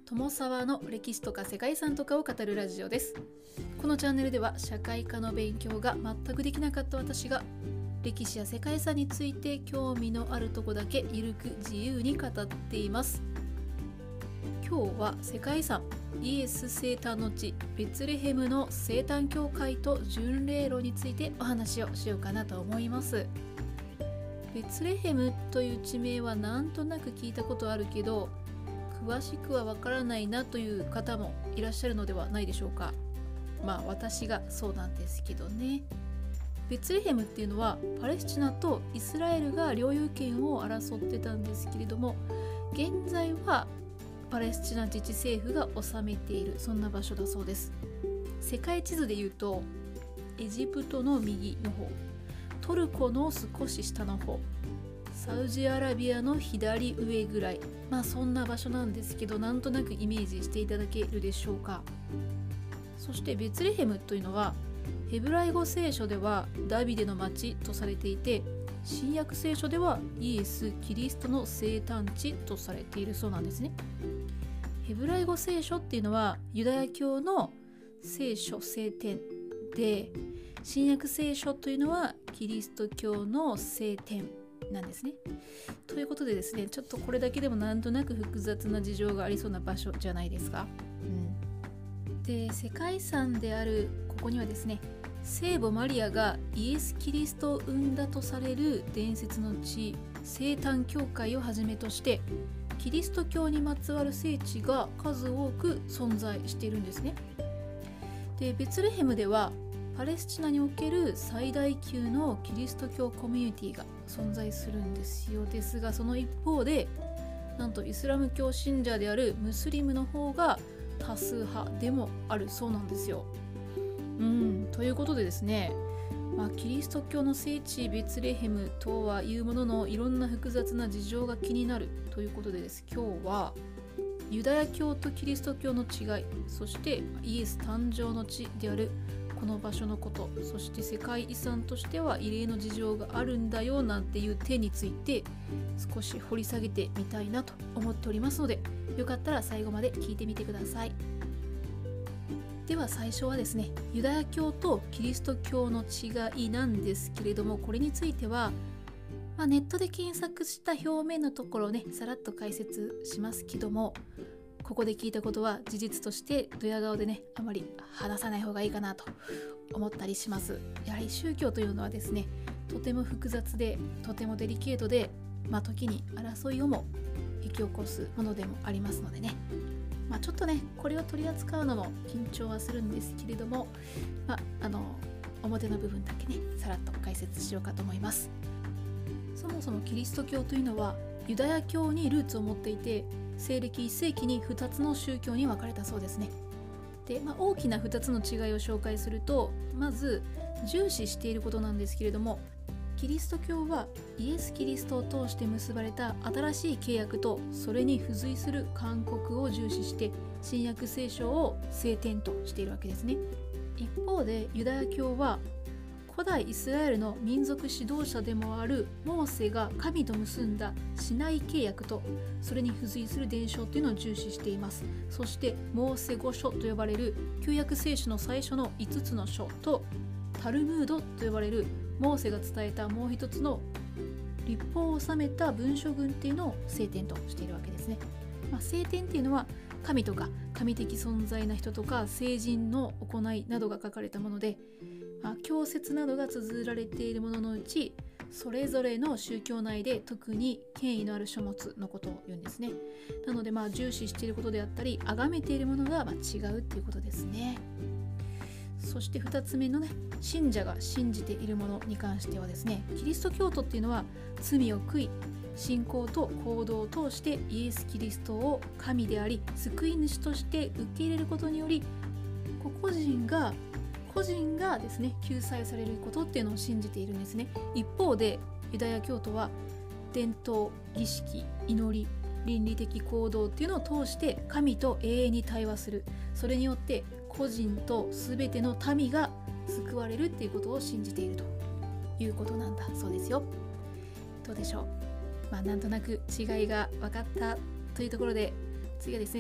友沢の歴史とか世界遺産とかを語るラジオです。このチャンネルでは社会科の勉強が全くできなかった私が歴史や世界遺産について興味のあるとこだけゆるく自由に語っています。今日は世界遺産イエス生誕の地ベツレヘムの生誕教会と巡礼路についてお話をしようかなと思います。ベツレヘムという地名はなんとなく聞いたことあるけど詳しくはわからないなという方もいらっしゃるのではないでしょうか。私がそうなんですけどね。ベツレヘムっていうのはパレスチナとイスラエルが領有権を争ってたんですけれども、現在はパレスチナ自治政府が治めているそんな場所だそうです。世界地図でいうとエジプトの右の方、トルコの少し下の方、サウジアラビアの左上ぐらい、そんな場所なんですけど、なんとなくイメージしていただけるでしょうか。そしてベツレヘムというのはヘブライ語聖書ではダビデの町とされていて、新約聖書ではイエス・キリストの生誕地とされているそうなんですね。ヘブライ語聖書っていうのはユダヤ教の聖書聖典で、新約聖書というのはキリスト教の聖典なんですね。ということでですね、ちょっとこれだけでもなんとなく複雑な事情がありそうな場所じゃないですか。で、世界遺産であるここにはですね、聖母マリアがイエス・キリストを産んだとされる伝説の地生誕教会をはじめとしてキリスト教にまつわる聖地が数多く存在しているんですね。で、ベツレヘムではパレスチナにおける最大級のキリスト教コミュニティが存在するんですよ。ですがその一方で、なんとイスラム教信者であるムスリムの方が多数派でもあるそうなんですよ。ということでですね、キリスト教の聖地ベツレヘムとはいうものの、いろんな複雑な事情が気になるということでです。今日はユダヤ教とキリスト教の違い、そしてイエス誕生の地であるこの場所のこと、そして世界遺産としては異例の事情があるんだよなんていう点について少し掘り下げてみたいなと思っておりますので、よかったら最後まで聞いてみてください。では最初はですね、ユダヤ教とキリスト教の違いなんですけれども、これについては、ネットで検索した表面のところをね、さらっと解説しますけども、ここで聞いたことは事実としてドヤ顔でね、あまり話さない方がいいかなと思ったりします。やはり宗教というのはですね、とても複雑でとてもデリケートで、時に争いをも引き起こすものでもありますのでね、ちょっとねこれを取り扱うのも緊張はするんですけれども、表の部分だけねさらっと解説しようかと思います。そもそもキリスト教というのはユダヤ教にルーツを持っていて、西暦1世紀に2つの宗教に分かれたそうですね。で、大きな2つの違いを紹介すると、まず重視していることなんですけれども、キリスト教はイエス・キリストを通して結ばれた新しい契約とそれに付随する勧告を重視して新約聖書を聖典としているわけですね。一方でユダヤ教は古代イスラエルの民族指導者でもあるモーセが神と結んだシナイ契約とそれに付随する伝承というのを重視しています。そしてモーセ語書と呼ばれる旧約聖書の最初の5つの書とタルムードと呼ばれるモーセが伝えたもう一つの律法を収めた文書群っていうのを聖典としているわけですね。聖典っていうのは神とか神的存在な人とか聖人の行いなどが書かれたもので、教説などが綴られているもののうちそれぞれの宗教内で特に権威のある書物のことを言うんですね。なので重視していることであったり崇めているものが違うっていうことですね。そして2つ目のね、信者が信じているものに関してはですね、キリスト教徒っていうのは罪を悔い信仰と行動を通してイエス・キリストを神であり救い主として受け入れることにより個人がですね救済されることっていうのを信じているんですね。一方でユダヤ教徒は伝統、儀式、祈り、倫理的行動っていうのを通して神と永遠に対話する、それによって個人と全ての民が救われるっていうことを信じているということなんだそうですよ。どうでしょう。なんとなく違いが分かったというところで、次はですね、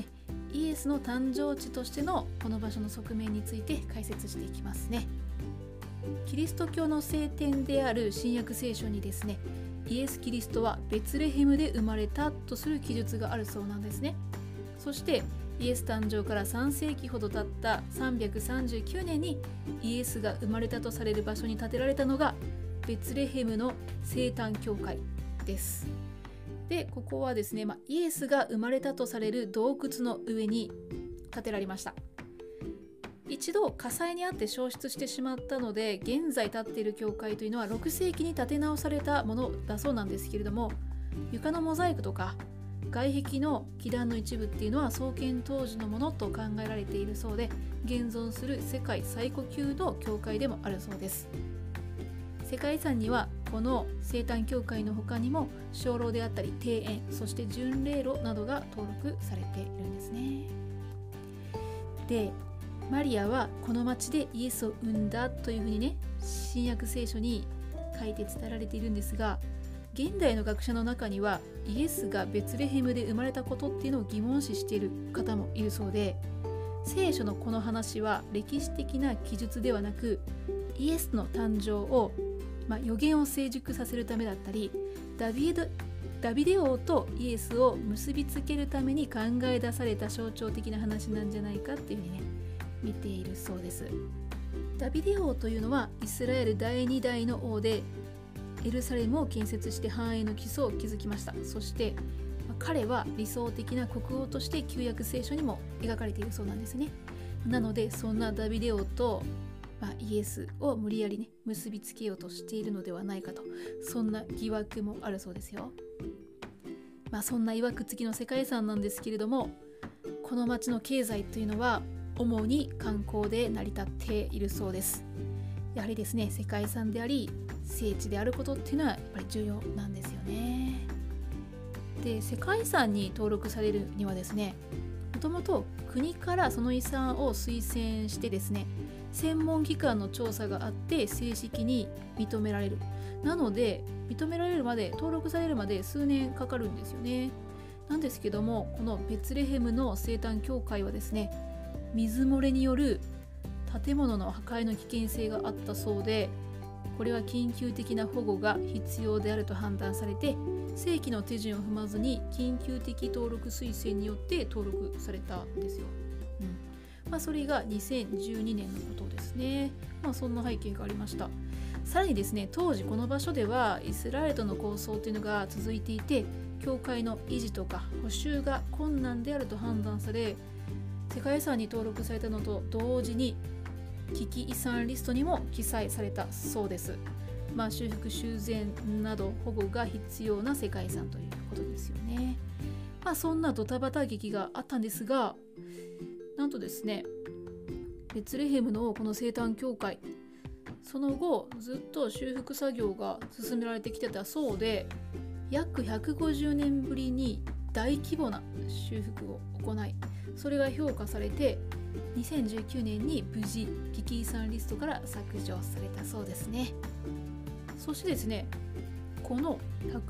イエスの誕生地としてのこの場所の側面について解説していきますね。キリスト教の聖典である新約聖書にですね、イエス・キリストはベツレヘムで生まれたとする記述があるそうなんですね。そしてイエス誕生から3世紀ほど経った339年にイエスが生まれたとされる場所に建てられたのがベツレヘムの生誕教会です。で、ここはですね、イエスが生まれたとされる洞窟の上に建てられました。一度火災にあって焼失してしまったので、現在建っている教会というのは6世紀に建て直されたものだそうなんですけれども、床のモザイクとか外壁の基壇の一部っていうのは創建当時のものと考えられているそうで、現存する世界最古級の教会でもあるそうです。世界遺産にはこの生誕教会の他にも鐘楼であったり庭園、そして巡礼路などが登録されているんですね。で、マリアはこの町でイエスを産んだというふうにね、新約聖書に書いて伝えられているんですが、現代の学者の中にはイエスがベツレヘムで生まれたことっていうのを疑問視している方もいるそうで、聖書のこの話は歴史的な記述ではなく、イエスの誕生を、予言を成熟させるためだったり、ダビデ王とイエスを結びつけるために考え出された象徴的な話なんじゃないかっていうふうにね、見ているそうです。ダビデ王というのはイスラエル第2代の王で、エルサレムを建設して繁栄の基礎を築きました。そして彼は理想的な国王として旧約聖書にも描かれているそうなんですね。なのでそんなダビデ王と、イエスを無理やりね結びつけようとしているのではないかと、そんな疑惑もあるそうですよ。そんな曰くつきの世界遺産なんですけれども、この町の経済というのは主に観光で成り立っているそうです。やはりですね、世界遺産であり聖地であることっていうのはやっぱり重要なんですよね。で、世界遺産に登録されるにはですね、もともと国からその遺産を推薦してですね、専門機関の調査があって正式に認められる。なので認められるまで、登録されるまで数年かかるんですよね。なんですけども、このベツレヘムの生誕教会はですね、水漏れによる建物の破壊の危険性があったそうで、これは緊急的な保護が必要であると判断されて、正規の手順を踏まずに緊急的登録推薦によって登録されたんですよ。それが2012年のことですね。そんな背景がありました。さらにですね、当時この場所ではイスラエルとの抗争というのが続いていて、教会の維持とか補修が困難であると判断され、世界遺産に登録されたのと同時に危機遺産リストにも記載されたそうです。修復修繕など保護が必要な世界遺産ということですよね。そんなドタバタ劇があったんですが、なんとですね、ベツレヘムのこの生誕教会、その後ずっと修復作業が進められてきてたそうで、約150年ぶりに大規模な修復を行い、それが評価されて2019年に無事危機遺産リストから削除されたそうですね。そしてですね、この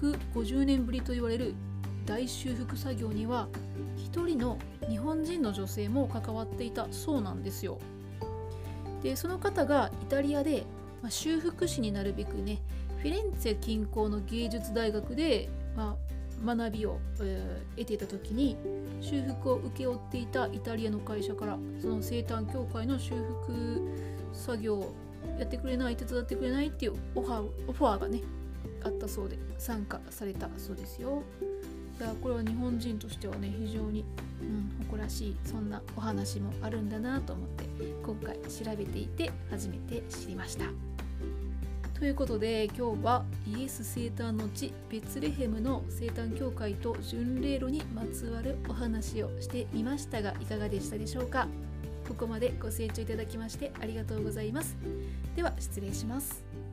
150年ぶりと言われる大修復作業には一人の日本人の女性も関わっていたそうなんですよ。で、その方がイタリアで、修復師になるべくね、フィレンツェ近郊の芸術大学で、学びを、得ていた時に修復を請け負っていたイタリアの会社から、その生誕教会の修復作業をやってくれない、手伝ってくれないっていうオファーがねあったそうで、参加されたそうですよ。いや、これは日本人としてはね、非常に、誇らしい、そんなお話もあるんだなと思って今回調べていて初めて知りました。ということで、今日はイエス生誕の地ベツレヘムの生誕教会と巡礼路にまつわるお話をしてみましたが、いかがでしたでしょうか。ここまでご清聴いただきましてありがとうございます。では失礼します。